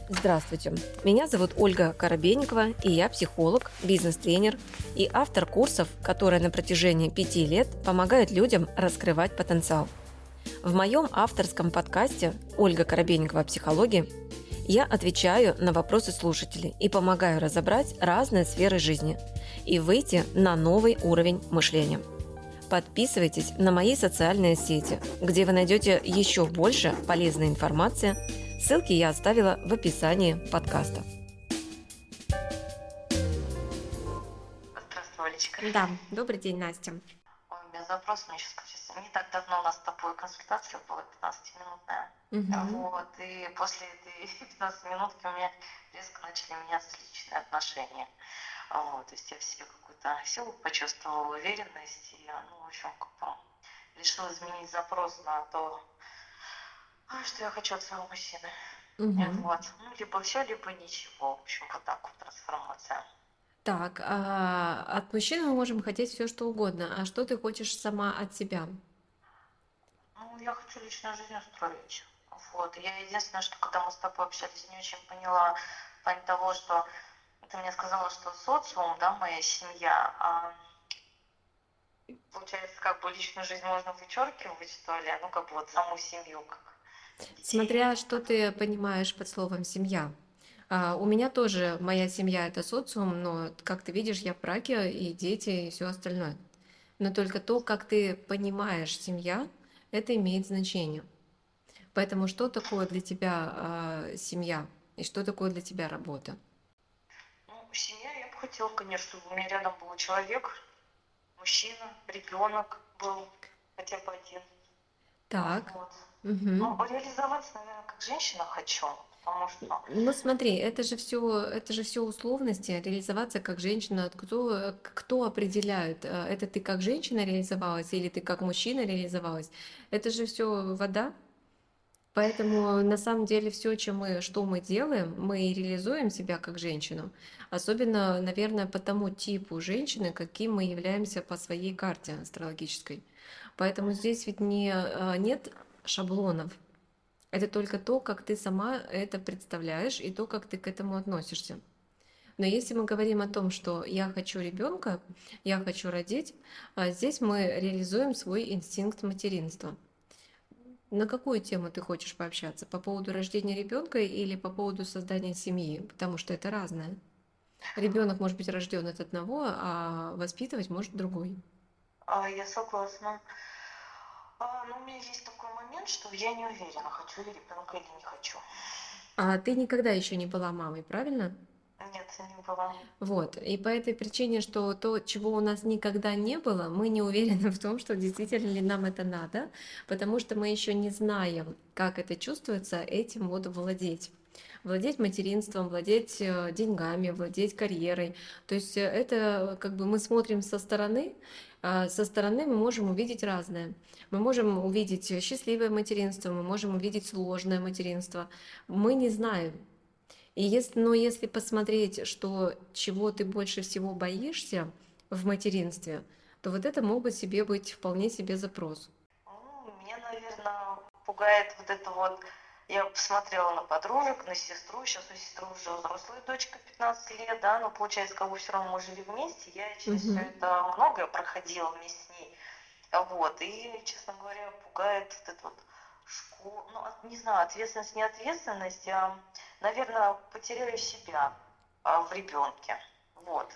Здравствуйте, меня зовут Ольга Коробейникова, и я психолог, бизнес-тренер и автор курсов, которые на протяжении 5 лет помогают людям раскрывать потенциал. В моем авторском подкасте «Ольга Коробейникова о психологии» я отвечаю на вопросы слушателей и помогаю разобрать разные сферы жизни и выйти на новый уровень мышления. Подписывайтесь на мои социальные сети, где вы найдете еще больше полезной информации. Ссылки я оставила в описании подкаста. Здравствуй, Олечка. Да, добрый день, Настя. Ой, у меня запрос, мне еще скажите. Не так давно у нас с тобой консультация была, 15-минутная. Вот, и после этой 15-минутки у меня резко начали меняться личные отношения. Вот, то есть я в себе какую-то силу почувствовала, уверенность, и, в общем, решила изменить запрос на то, что я хочу от своего мужчины. Вот. Либо все, либо ничего. В общем, вот так вот трансформация. Так, от мужчины мы можем хотеть все, что угодно. А что ты хочешь сама от себя? Я хочу личную жизнь устроить. Вот. Я единственное, что когда мы с тобой общались, не очень поняла в плане того, что ты мне сказала, что социум, да, моя семья, получается, личную жизнь можно вычеркивать, что ли, саму семью, как детей. Смотря что ты понимаешь под словом «семья». У меня тоже моя семья – это социум, но, как ты видишь, я в браке, и дети, и все остальное. Но только то, как ты понимаешь семья, это имеет значение. Поэтому что такое для тебя семья и что такое для тебя работа? Семья, я бы хотела, конечно, чтобы у меня рядом был человек, мужчина, ребенок был хотя бы один. Так. Вот. Мгм. Реализоваться, наверное, как женщина хочу, потому что... Ну смотри, это же все условности, реализоваться как женщина. Кто определяет, это ты как женщина реализовалась или ты как мужчина реализовалась? Это же все вода. Поэтому на самом деле все, что мы делаем, мы и реализуем себя как женщину. Особенно, наверное, по тому типу женщины, каким мы являемся по своей карте астрологической. Поэтому здесь ведь нет шаблонов. Это только то, как ты сама это представляешь и то, как ты к этому относишься. Но если мы говорим о том, что я хочу ребенка, я хочу родить, здесь мы реализуем свой инстинкт материнства. На какую тему ты хочешь пообщаться? По поводу рождения ребенка или по поводу создания семьи? Потому что это разное. Ребенок может быть рожден от одного, а воспитывать может другой. Я согласна. Но у меня есть такой момент, что я не уверена, хочу ли ребенка или не хочу. А ты никогда еще не была мамой, правильно? Нет, не была. Вот. И по этой причине, что то, чего у нас никогда не было, мы не уверены в том, что действительно ли нам это надо, потому что мы еще не знаем, как это чувствуется, этим вот владеть. Владеть материнством, владеть деньгами, владеть карьерой. То есть это как бы мы смотрим со стороны, со стороны мы можем увидеть разное. Мы можем увидеть счастливое материнство, мы можем увидеть сложное материнство. Мы не знаем. Но если посмотреть, чего ты больше всего боишься в материнстве, то вот это мог бы себе быть вполне себе запрос. Меня, наверное, пугает вот это вот. Я посмотрела на подружек, на сестру. Сейчас у сестры уже взрослая дочка, 15 лет, да, но получается, все равно мы жили вместе. Я через все это многое проходила вместе с ней. Вот. И, честно говоря, пугает вот это вот школа. Не знаю, ответственность, не ответственность. Наверное, потеряю себя в ребенке. Вот.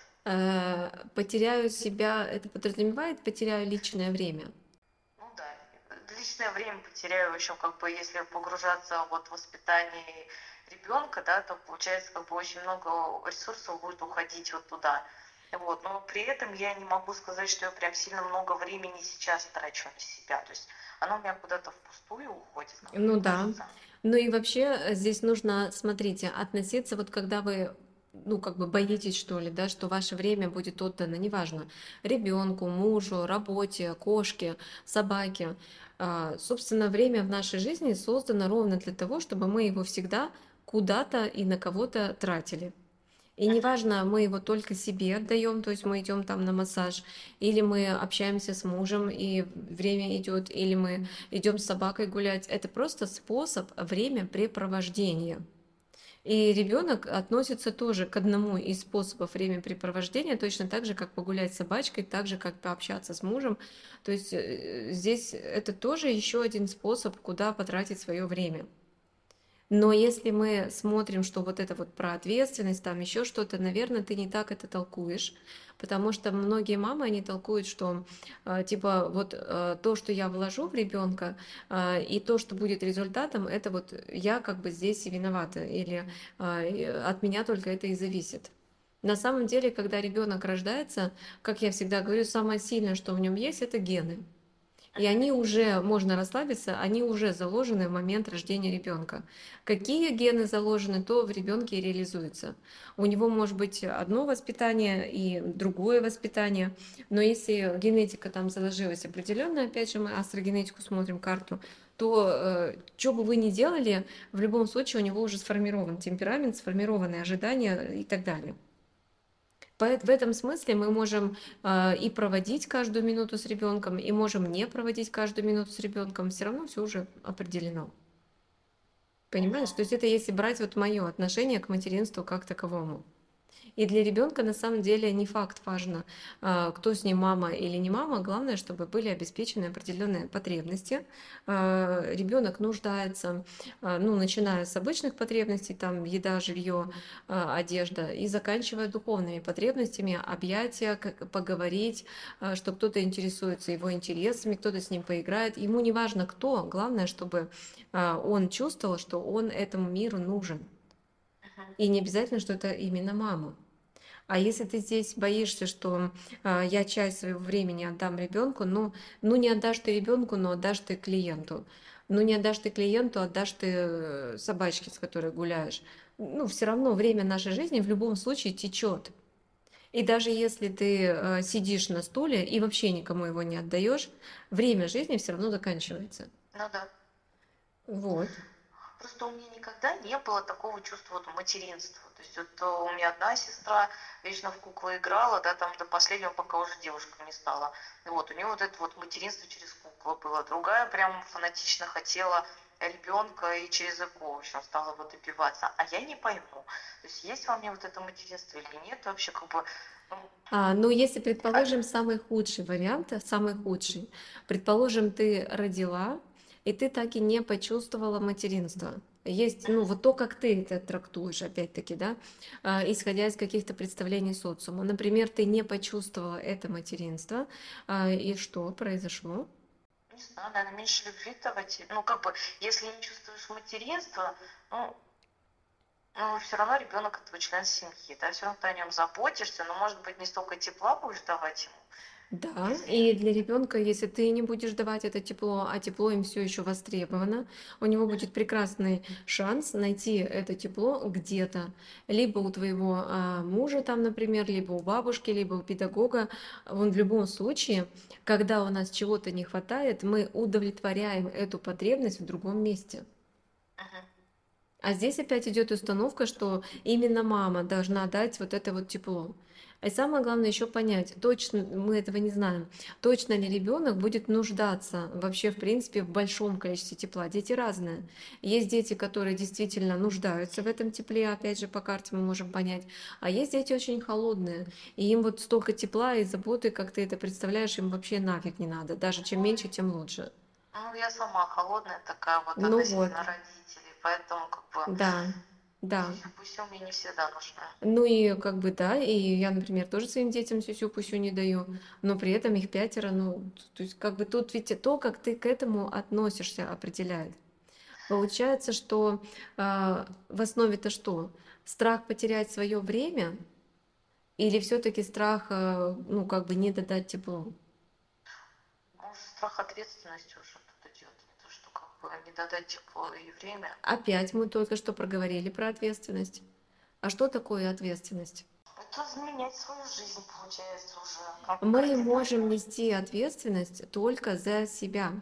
Потеряю себя, это подразумевает потеряю личное время? Да, личное время потеряю еще, если погружаться в воспитание ребенка, да, то получается, очень много ресурсов будет уходить вот туда. Вот, но при этом я не могу сказать, что я прям сильно много времени сейчас трачу на себя. То есть оно у меня куда-то впустую уходит, как мне Ну да. кажется. Ну и вообще здесь нужно, смотрите, относиться, вот когда вы, ну как бы боитесь, что ли, да, что ваше время будет отдано, неважно, ребенку, мужу, работе, кошке, собаке. Собственно, время в нашей жизни создано ровно для того, чтобы мы его всегда куда-то и на кого-то тратили. И неважно, мы его только себе отдаем, то есть мы идем там на массаж, или мы общаемся с мужем, и время идет, или мы идем с собакой гулять. Это просто способ времяпрепровождения. И ребенок относится тоже к одному из способов времяпрепровождения, точно так же, как погулять с собачкой, так же, как пообщаться с мужем. То есть здесь это тоже еще один способ, куда потратить свое время. Но если мы смотрим, что вот это вот про ответственность, там еще что-то, наверное, ты не так это толкуешь, потому что многие мамы, они толкуют, что типа вот то, что я вложу в ребенка, и то, что будет результатом, это вот я как бы здесь и виновата, или от меня только это и зависит. На самом деле, когда ребенок рождается, как я всегда говорю, самое сильное, что в нем есть, это гены. И они уже, можно расслабиться, они уже заложены в момент рождения ребенка. Какие гены заложены, то в ребенке и реализуется. У него может быть одно воспитание и другое воспитание, но если генетика там заложилась определенная, опять же мы астрогенетику смотрим, карту, то что бы вы ни делали, в любом случае у него уже сформирован темперамент, сформированы ожидания и так далее. В этом смысле мы можем и проводить каждую минуту с ребенком, и можем не проводить каждую минуту с ребенком. Все равно все уже определено. Понимаешь? То есть это если брать вот мое отношение к материнству как таковому. И для ребенка на самом деле не факт важно, кто с ним мама или не мама. Главное, чтобы были обеспечены определенные потребности. Ребенок нуждается, ну, начиная с обычных потребностей, там еда, жилье, одежда, и заканчивая духовными потребностями, объятия, поговорить, что кто-то интересуется его интересами, кто-то с ним поиграет. Ему не важно кто, главное, чтобы он чувствовал, что он этому миру нужен. И не обязательно, что это именно мама. А если ты здесь боишься, что я часть своего времени отдам ребенку, ну не отдашь ты ребенку, но отдашь ты клиенту. Ну не отдашь ты клиенту, отдашь ты собачке, с которой гуляешь. Ну, все равно время нашей жизни в любом случае течет. И даже если ты сидишь на стуле и вообще никому его не отдаешь, время жизни все равно заканчивается. Ну да. Вот. Просто у меня никогда не было такого чувства вот материнства. То есть вот у меня одна сестра вечно в куклы играла, да, там до последнего, пока уже девушка не стала. Вот, у нее вот это вот материнство через куклу было. Другая прям фанатично хотела ребенка и через ЭКО, в общем, стала вот добиваться. А я не пойму, то есть есть во мне вот это материнство или нет, вообще как бы... Ну, если, предположим, самый худший вариант, самый худший, предположим, ты родила, и ты так и не почувствовала материнство. Есть, ну, вот то, как ты это трактуешь, опять-таки, да, исходя из каких-то представлений социума. Например, ты не почувствовала это материнство, и что произошло? Не знаю, наверное, меньше любви-то в эти... Ну, как бы, если не чувствуешь материнство, ну, все равно ребенок это член семьи, да, все равно ты о нем заботишься, но, может быть, не столько тепла будешь давать ему, Да, если... и для ребенка, если ты не будешь давать это тепло, а тепло им все еще востребовано, у него будет прекрасный шанс найти это тепло где-то, либо у твоего мужа там, например, либо у бабушки, либо у педагога. Он в любом случае, когда у нас чего-то не хватает, мы удовлетворяем эту потребность в другом месте. Мгм. А здесь опять идет установка, что именно мама должна дать вот это вот тепло. И самое главное еще понять, точно мы этого не знаем, точно ли ребенок будет нуждаться вообще в принципе в большом количестве тепла. Дети разные. Есть дети, которые действительно нуждаются в этом тепле, опять же по карте мы можем понять, а есть дети очень холодные, и им вот столько тепла и заботы, как ты это представляешь, им вообще нафиг не надо. Даже чем меньше, тем лучше. Ну, я сама холодная такая вот Ну вот, относительно родителей, поэтому как бы да, да. сюсю-пусю мне не всегда нужна. Ну и как бы да, и я, например, тоже своим детям сюсю-пусю не даю, но при этом их пятеро, ну, то есть как бы тут ведь и то, как ты к этому относишься, определяет. Получается, что в основе-то что? Страх потерять свое время или все-таки страх, ну, как бы не додать тепло? Может, страх ответственности уже тут идет, не то, что как бы не додать тепло и время. Опять мы только что проговорили про ответственность. А что такое ответственность? Это изменять свою жизнь, получается, уже как Мы можем кардинально. нести ответственность только за себя.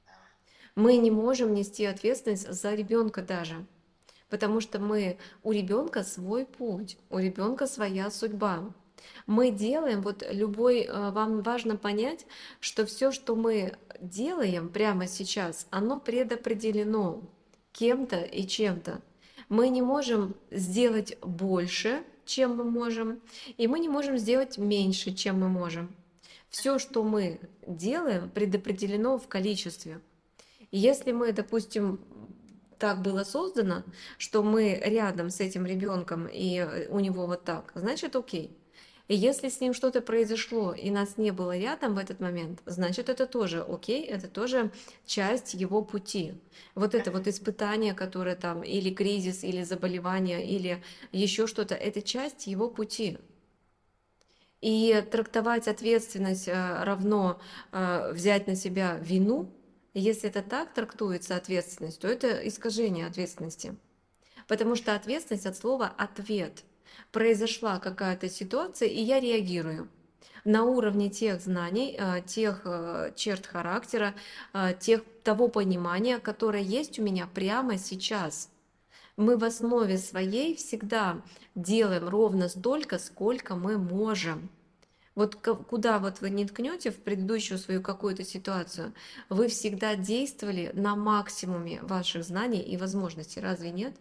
Мы не можем нести ответственность за ребенка даже, потому что у ребенка свой путь, у ребенка своя судьба. Мы делаем, вот вам важно понять, что все, что мы делаем прямо сейчас, оно предопределено кем-то и чем-то. Мы не можем сделать больше, чем мы можем, и мы не можем сделать меньше, чем мы можем. Все, что мы делаем, предопределено в количестве. И если мы, допустим, так было создано, что мы рядом с этим ребенком и у него вот так, значит окей. И если с ним что-то произошло и нас не было рядом в этот момент, значит это тоже окей, это тоже часть его пути. Вот это вот испытание, которое там, или кризис, или заболевание, или еще что-то, это часть его пути. И трактовать ответственность равно взять на себя вину, если это так трактуется ответственность, то это искажение ответственности. Потому что ответственность от слова «ответ». Произошла какая-то ситуация, и я реагирую на уровне тех знаний, тех черт характера, того понимания, которое есть у меня прямо сейчас. Мы в основе своей всегда делаем ровно столько, сколько мы можем. Вот куда вот вы не ткнете в предыдущую свою какую-то ситуацию, вы всегда действовали на максимуме ваших знаний и возможностей, разве нет?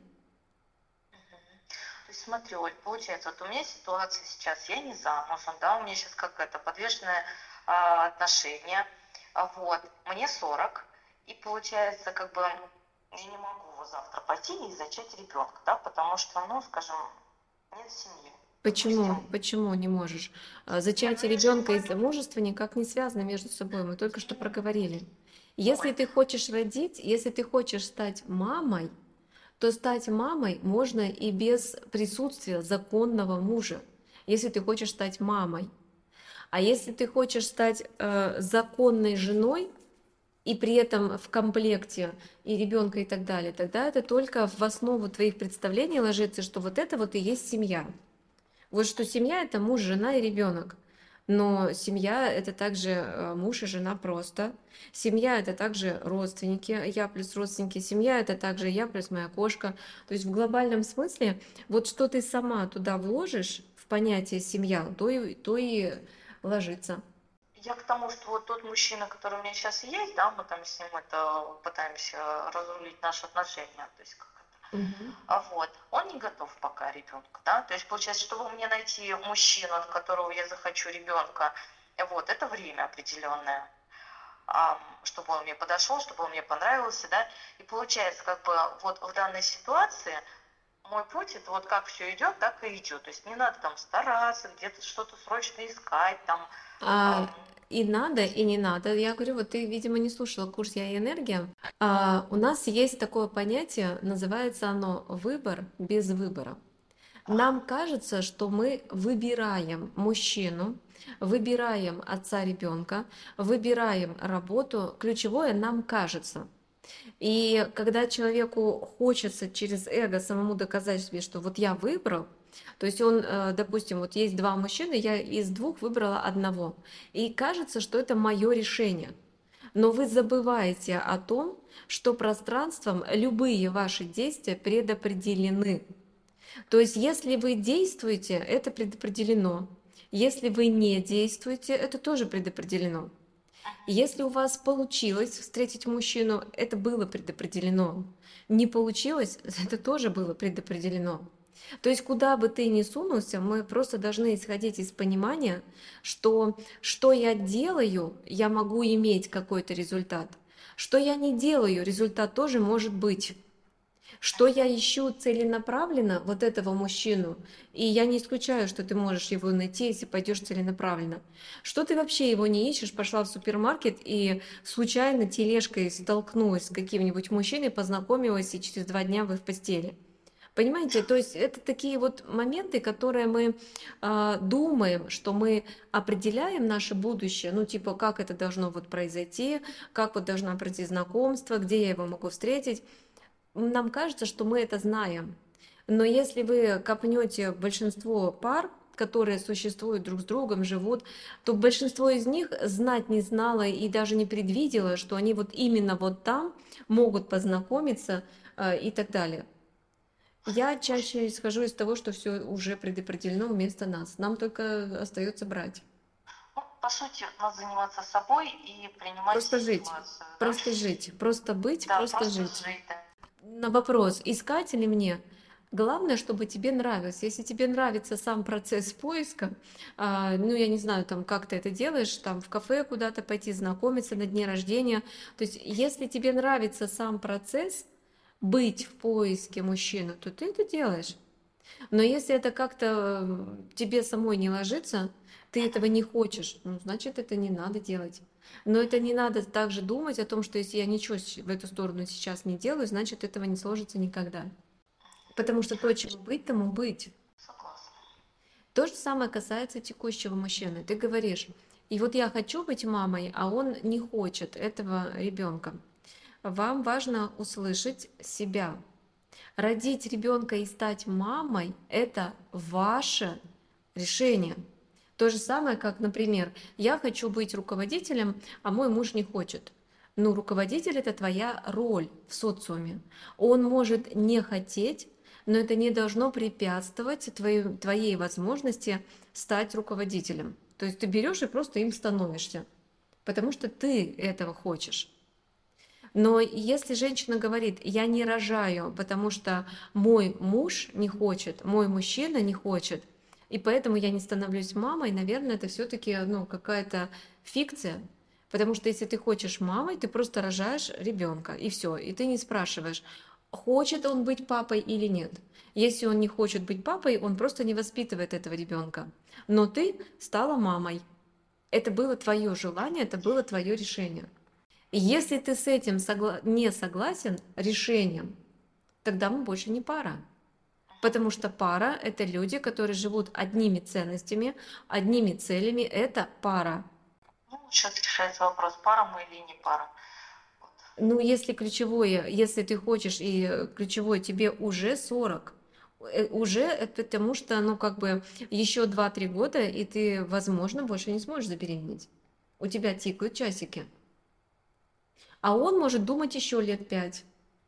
То есть смотри, Оль, получается, вот у меня ситуация сейчас, я не замужем, да, у меня сейчас какое-то подвешенное отношение, вот, мне 40, и получается, как бы, я не могу вот завтра пойти и зачать ребенка, да, потому что, ну, скажем, нет семьи, Почему? допустим. Почему не можешь? Нет, ну Зачатие я же не ребенка и пойду. замужество никак не связаны между собой. Мы только что проговорили. Если Оль, ты хочешь родить, если ты хочешь стать мамой, то стать мамой можно и без присутствия законного мужа, если ты хочешь стать мамой. А если ты хочешь стать законной женой и при этом в комплекте и ребенка и так далее, тогда это только в основу твоих представлений ложится, что вот это вот и есть семья. Вот что семья – это муж, жена и ребенок. Но семья – это также муж и жена просто. Семья – это также родственники, я плюс родственники. Семья – это также я плюс моя кошка. То есть в глобальном смысле, вот что ты сама туда вложишь в понятие семья, то и ложится. я к тому, что вот тот мужчина, который у меня сейчас есть, да, мы там с ним это пытаемся разрулить наши отношения, то есть как Мгм. вот, он не готов пока ребенка, да, то есть получается, чтобы мне найти мужчину, от которого я захочу ребенка, вот, это время определенное, чтобы он мне подошел, чтобы он мне понравился, да, и получается, как бы, вот в данной ситуации мой путь, это вот как все идет, так и идет, то есть не надо там стараться, где-то что-то срочно искать, там, А, ам, и надо, и не надо. Я говорю, вот ты, видимо, не слушала курс «Я и энергия». У нас есть такое понятие, называется оно «выбор без выбора». Нам кажется, что мы выбираем мужчину, выбираем отца ребенка, выбираем работу. Ключевое нам кажется. И когда человеку хочется через эго самому доказать себе, что вот я выбрал, то есть он, допустим, вот есть два мужчины, я из двух выбрала одного. И кажется, что это мое решение. Но вы забываете о том, что пространством любые ваши действия предопределены. То есть, если вы действуете, это предопределено. Если вы не действуете, это тоже предопределено. Если у вас получилось встретить мужчину, это было предопределено. Не получилось, это тоже было предопределено. То есть, куда бы ты ни сунулся, мы просто должны исходить из понимания, что я делаю, я могу иметь какой-то результат. Что я не делаю, результат тоже может быть. Что я ищу целенаправленно вот этого мужчину, и я не исключаю, что ты можешь его найти, если пойдешь целенаправленно. Что ты вообще его не ищешь, пошла в супермаркет и случайно тележкой столкнулась с каким-нибудь мужчиной, познакомилась, и через 2 дня вы в постели. Понимаете, то есть это такие вот моменты, которые мы думаем, что мы определяем наше будущее, ну типа как это должно вот произойти, как вот должно пройти знакомство, где я его могу встретить. Нам кажется, что мы это знаем. Но если вы копнете большинство пар, которые существуют друг с другом, живут, то большинство из них знать не знало и даже не предвидело, что они вот именно вот там могут познакомиться и так далее. Я чаще исхожу из того, что все уже предопределено вместо нас. Нам только остается брать. ну, по сути, надо заниматься собой и принимать Просто жить. ситуацию, да? Просто жить. Просто быть, Да, просто просто жить. жить, да. На вопрос, искать или мне? Главное, чтобы тебе нравилось. Если тебе нравится сам процесс поиска, ну, я не знаю, там, как ты это делаешь, там, в кафе куда-то пойти, знакомиться на дне рождения. То есть, если тебе нравится сам процесс быть в поиске мужчины, то ты это делаешь. Но если это как-то тебе самой не ложится, ты этого не хочешь, ну, значит, это не надо делать. Но это не надо также думать о том, что если я ничего в эту сторону сейчас не делаю, значит, этого не сложится никогда. Потому что то, чему быть, тому быть. Согласна. То же самое касается текущего мужчины. Ты говоришь, и вот я хочу быть мамой, а он не хочет этого ребенка. Вам важно услышать себя. Родить ребенка и стать мамой– это ваше решение. То же самое, как, например, я хочу быть руководителем, а мой муж не хочет. Ну, руководитель– это твоя роль в социуме. Он может не хотеть, но это не должно препятствовать твоей возможности стать руководителем. То есть ты берешь и просто им становишься, потому что ты этого хочешь. Но если женщина говорит, я не рожаю, потому что мой муж не хочет, мой мужчина не хочет, и поэтому я не становлюсь мамой, наверное, это все-таки ну, какая-то фикция. Потому что если ты хочешь мамой, ты просто рожаешь ребенка, и все. И ты не спрашиваешь, хочет он быть папой или нет. Если он не хочет быть папой, он просто не воспитывает этого ребенка. Но ты стала мамой. Это было твое желание, это было твое решение. И если ты с этим не согласен решением, тогда мы больше не пара. Потому что пара– это люди, которые живут одними ценностями, одними целями. Это пара. Ну, сейчас решается вопрос, пара мы или не пара. Вот. Ну, если ключевое, если ты хочешь, и ключевое тебе уже 40, уже это потому что, ну, как бы еще 2-3 года, и ты, возможно, больше не сможешь забеременеть. У тебя тикают часики. А он может думать еще лет 5.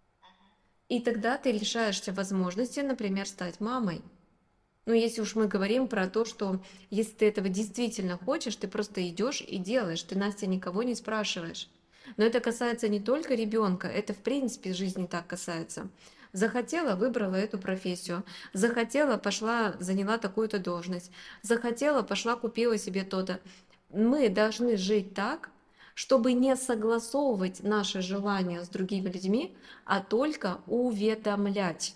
И тогда ты лишаешься возможности, например, стать мамой. Ну, если уж мы говорим про то, что если ты этого действительно хочешь, ты просто идешь и делаешь, ты, Настя, никого не спрашиваешь. Но это касается не только ребенка, это в принципе жизни так касается. Захотела, выбрала эту профессию. Захотела, пошла, заняла такую-то должность. Захотела, пошла, купила себе то-то. Мы должны жить так, чтобы не согласовывать наши желания с другими людьми, а только уведомлять.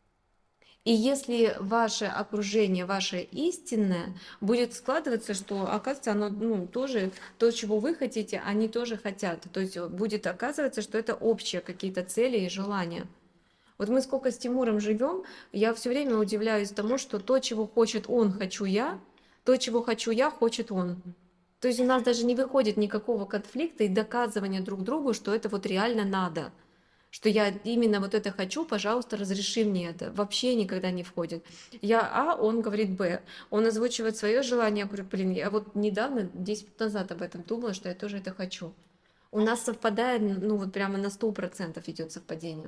И если ваше окружение, ваше истинное, будет складываться, что, оказывается, оно ну, тоже, то, чего вы хотите, они тоже хотят. То есть будет оказываться, что это общие какие-то цели и желания. Вот мы сколько с Тимуром живем, я все время удивляюсь тому, что то, чего хочет он, хочу я, то, чего хочу я, хочет он. То есть у нас даже не выходит никакого конфликта и доказывания друг другу, что это вот реально надо. Что я именно вот это хочу, пожалуйста, разреши мне это. Вообще никогда не входит. Я А, он говорит Б. Он озвучивает свое желание. Я говорю, блин, я вот недавно, 10 минут назад об этом думала, что я тоже это хочу. У нас совпадает, ну вот прямо на 100% идет совпадение.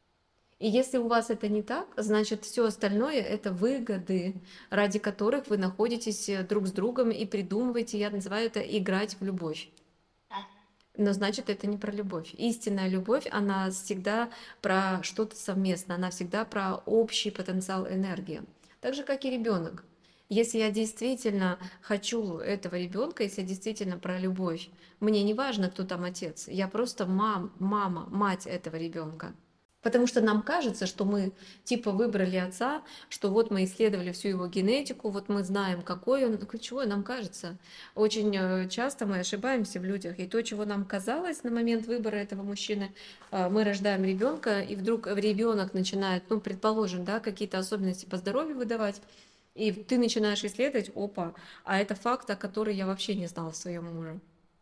И если у вас это не так, значит все остальное это выгоды, ради которых вы находитесь друг с другом и придумываете, я называю это играть в любовь. Но значит, это не про любовь. Истинная любовь, она всегда про что-то совместное, она всегда про общий потенциал энергии. Так же, как и ребенок. Если я действительно хочу этого ребенка, если я действительно про любовь, мне не важно, кто там отец, я просто мама, мать этого ребенка. Потому что нам кажется, что мы типа выбрали отца, что вот мы исследовали всю его генетику, вот мы знаем, какой он. Ключевое нам кажется. Очень часто мы ошибаемся в людях. И то, чего нам казалось на момент выбора этого мужчины, мы рождаем ребенка, и вдруг ребенок начинает, ну, предположим, да, какие-то особенности по здоровью выдавать. И ты начинаешь исследовать, опа, а это факт, о котором я вообще не знала в своем муже.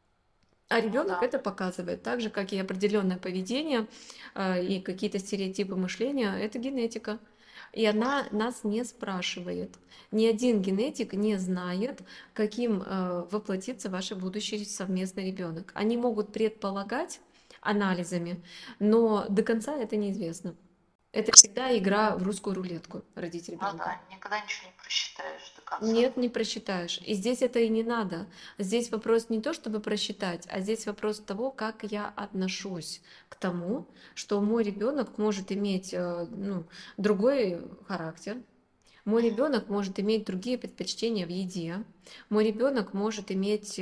А Ну ребенок да. это показывает, так же, как и определенное поведение и какие-то стереотипы мышления, это генетика. И она нас не спрашивает. Ни один генетик не знает, каким воплотится ваш будущий совместный ребенок. Они могут предполагать анализами, но до конца это неизвестно. Это всегда игра в русскую рулетку родить Ну ребенка. да, никогда ничего не просчитаешь до конца. Нет, не просчитаешь. И здесь это и не надо. Здесь вопрос не то, чтобы просчитать, а здесь вопрос того, как я отношусь к тому, что мой ребенок может иметь другой характер, мой ребенок может иметь другие предпочтения в еде, мой ребенок может иметь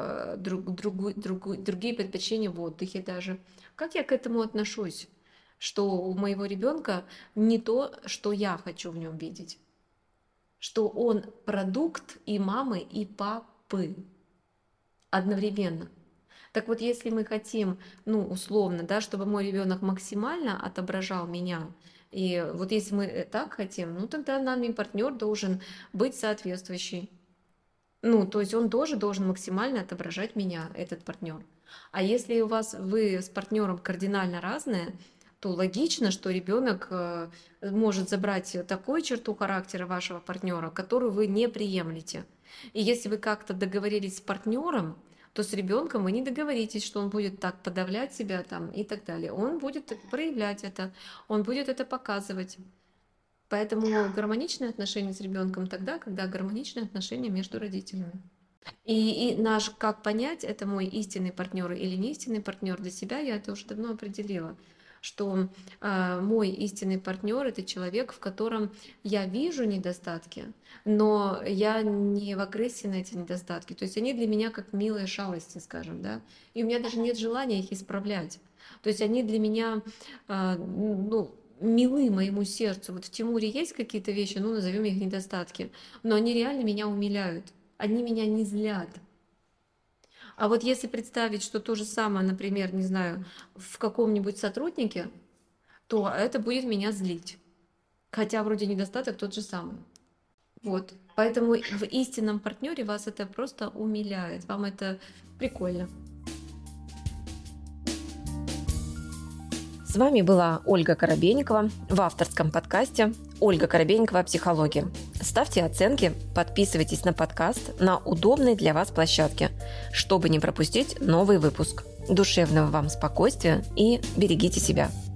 другие предпочтения в отдыхе даже. Как я к этому отношусь? Что у моего ребенка не то, что я хочу в нем видеть, что он продукт и мамы, и папы одновременно. Так вот, если мы хотим, условно, да, чтобы мой ребенок максимально отображал меня, и вот если мы так хотим, тогда нами партнер должен быть соответствующий. То есть он тоже должен максимально отображать меня, этот партнер. А если вы с партнером кардинально разные, то логично, что ребенок может забрать такую черту характера вашего партнера, которую вы не приемлете. И если вы как-то договорились с партнером, то с ребенком вы не договоритесь, что он будет так подавлять себя там и так далее. Он будет проявлять это, он будет это показывать. Поэтому гармоничные отношения с ребенком тогда, когда гармоничные отношения между родителями. И наш как понять, это мой истинный партнер или не истинный партнер для себя, я это уже давно определила, что мой истинный партнер это человек, в котором я вижу недостатки, но я не в агрессии на эти недостатки. То есть они для меня как милые шалости, скажем, да, и у меня даже нет желания их исправлять. То есть они для меня, милы моему сердцу. Вот в Тимуре есть какие-то вещи, назовем их недостатки, но они реально меня умиляют. Они меня не злят. А вот если представить, что то же самое, например, не знаю, в каком-нибудь сотруднике, то это будет меня злить. Хотя вроде недостаток тот же самый. Вот. Поэтому в истинном партнере вас это просто умиляет. Вам это прикольно. С вами была Ольга Коробейникова в авторском подкасте «Ольга Коробейникова. Психология». Ставьте оценки, подписывайтесь на подкаст на удобной для вас площадке, чтобы не пропустить новый выпуск. Душевного вам спокойствия и берегите себя.